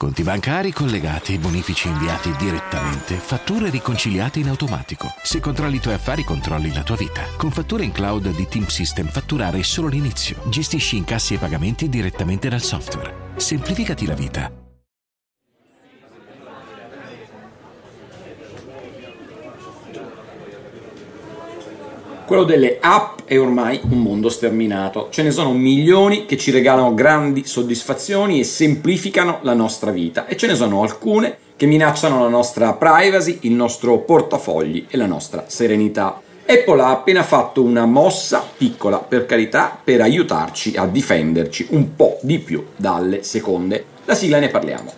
Conti bancari collegati, bonifici inviati direttamente, fatture riconciliate in automatico. Se controlli i tuoi affari, controlli la tua vita. Con fatture in cloud di Team System, fatturare è solo l'inizio. Gestisci incassi e pagamenti direttamente dal software. Semplificati la vita. Quello delle app è ormai un mondo sterminato. Ce ne sono milioni che ci regalano grandi soddisfazioni e semplificano la nostra vita, e ce ne sono alcune che minacciano la nostra privacy, il nostro portafogli e la nostra serenità. Apple ha appena fatto una mossa, piccola per carità, per aiutarci a difenderci un po' di più dalle seconde. La sigla ne parliamo.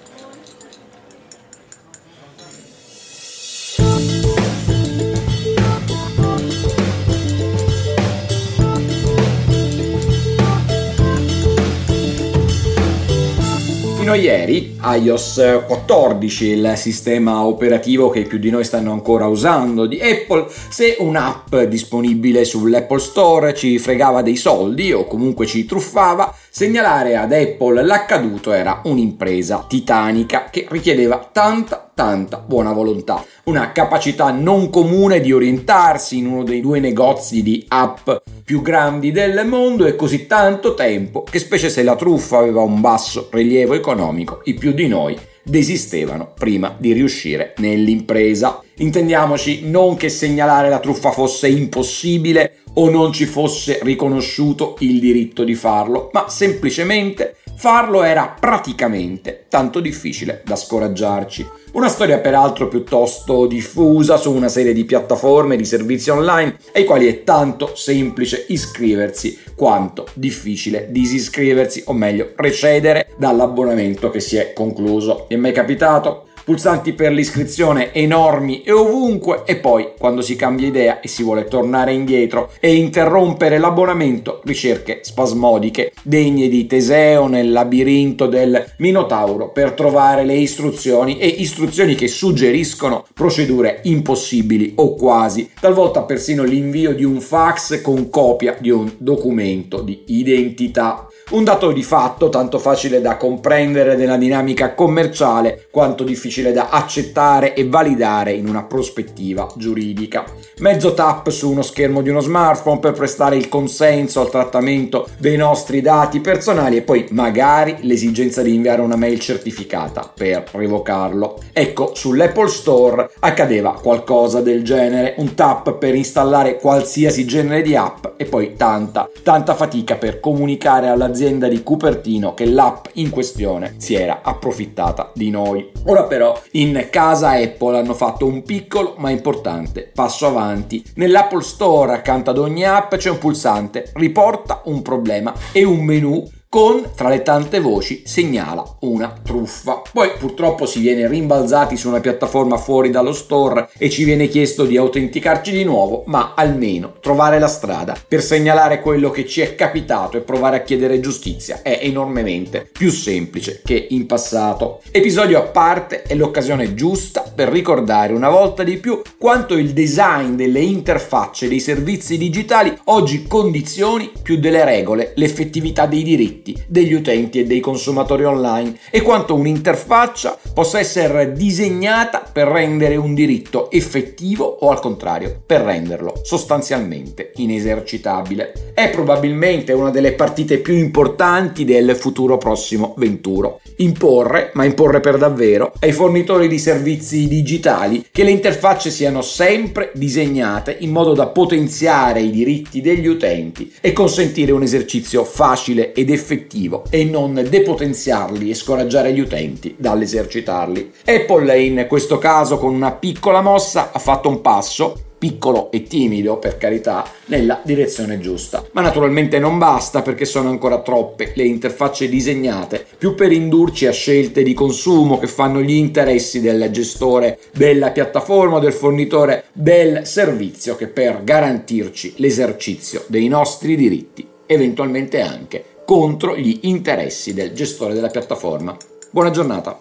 Fino a ieri iOS 14, il sistema operativo che più di noi stanno ancora usando di Apple, se un'app disponibile sull'Apple Store ci fregava dei soldi o comunque ci truffava, segnalare ad Apple l'accaduto era un'impresa titanica che richiedeva tanta buona volontà, una capacità non comune di orientarsi in uno dei due negozi di app più grandi del mondo e così tanto tempo che, specie se la truffa aveva un basso rilievo economico, i più di noi desistevano prima di riuscire nell'impresa. Intendiamoci, non che segnalare la truffa fosse impossibile o non ci fosse riconosciuto il diritto di farlo, ma semplicemente farlo era praticamente tanto difficile da scoraggiarci. Una storia peraltro piuttosto diffusa su una serie di piattaforme di servizi online ai quali è tanto semplice iscriversi quanto difficile disiscriversi, o meglio recedere dall'abbonamento che si è concluso. Vi è mai capitato? Pulsanti per l'iscrizione enormi e ovunque, e poi quando si cambia idea e si vuole tornare indietro e interrompere l'abbonamento, ricerche spasmodiche degne di Teseo nel labirinto del Minotauro per trovare le istruzioni, e istruzioni che suggeriscono procedure impossibili o quasi, talvolta persino l'invio di un fax con copia di un documento di identità. Un dato di fatto tanto facile da comprendere nella dinamica commerciale quanto difficile da accettare e validare in una prospettiva giuridica. Mezzo tap su uno schermo di uno smartphone per prestare il consenso al trattamento dei nostri dati personali e poi magari l'esigenza di inviare una mail certificata per revocarlo. Ecco, sull'Apple Store accadeva qualcosa del genere, un tap per installare qualsiasi genere di app e poi tanta fatica per comunicare all'azienda di Cupertino che l'app in questione si era approfittata di noi. Ora però in casa Apple hanno fatto un piccolo ma importante passo avanti. Nell'Apple Store accanto ad ogni app c'è un pulsante riporta un problema e un menu con, tra le tante voci, segnala una truffa. Poi purtroppo si viene rimbalzati su una piattaforma fuori dallo store e ci viene chiesto di autenticarci di nuovo, ma almeno trovare la strada per segnalare quello che ci è capitato e provare a chiedere giustizia è enormemente più semplice che in passato. Episodio a parte è l'occasione giusta per ricordare una volta di più quanto il design delle interfacce dei servizi digitali oggi condizioni più delle regole l'effettività dei diritti degli utenti e dei consumatori online, e quanto un'interfaccia possa essere disegnata per rendere un diritto effettivo o al contrario per renderlo sostanzialmente inesercitabile. È probabilmente una delle partite più importanti del futuro prossimo venturo. Imporre, ma imporre per davvero, ai fornitori di servizi digitali che le interfacce siano sempre disegnate in modo da potenziare i diritti degli utenti e consentire un esercizio facile ed effettivo e non depotenziarli e scoraggiare gli utenti dall'esercitarli. Apple in questo caso con una piccola mossa ha fatto un passo, piccolo e timido per carità, nella direzione giusta. Ma naturalmente non basta, perché sono ancora troppe le interfacce disegnate più per indurci a scelte di consumo che fanno gli interessi del gestore della piattaforma o del fornitore del servizio che per garantirci l'esercizio dei nostri diritti, eventualmente anche contro gli interessi del gestore della piattaforma. Buona giornata.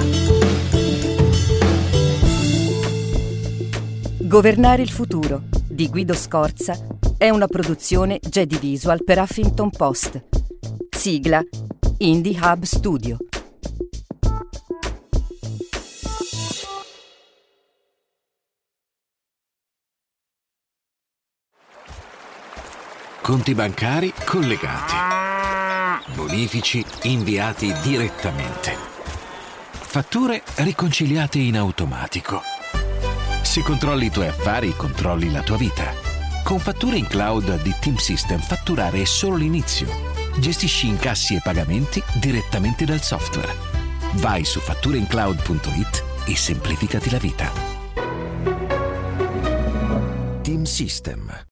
Governare il futuro, di Guido Scorza è una produzione Jedi Visual per Huffington Post. Sigla Indie Hub Studio. Conti bancari collegati. Bonifici inviati direttamente. Fatture riconciliate in automatico. Se controlli i tuoi affari, controlli la tua vita. Con fatture in cloud di Team System fatturare è solo l'inizio. Gestisci incassi e pagamenti direttamente dal software. Vai su fattureincloud.it e semplificati la vita. Team System.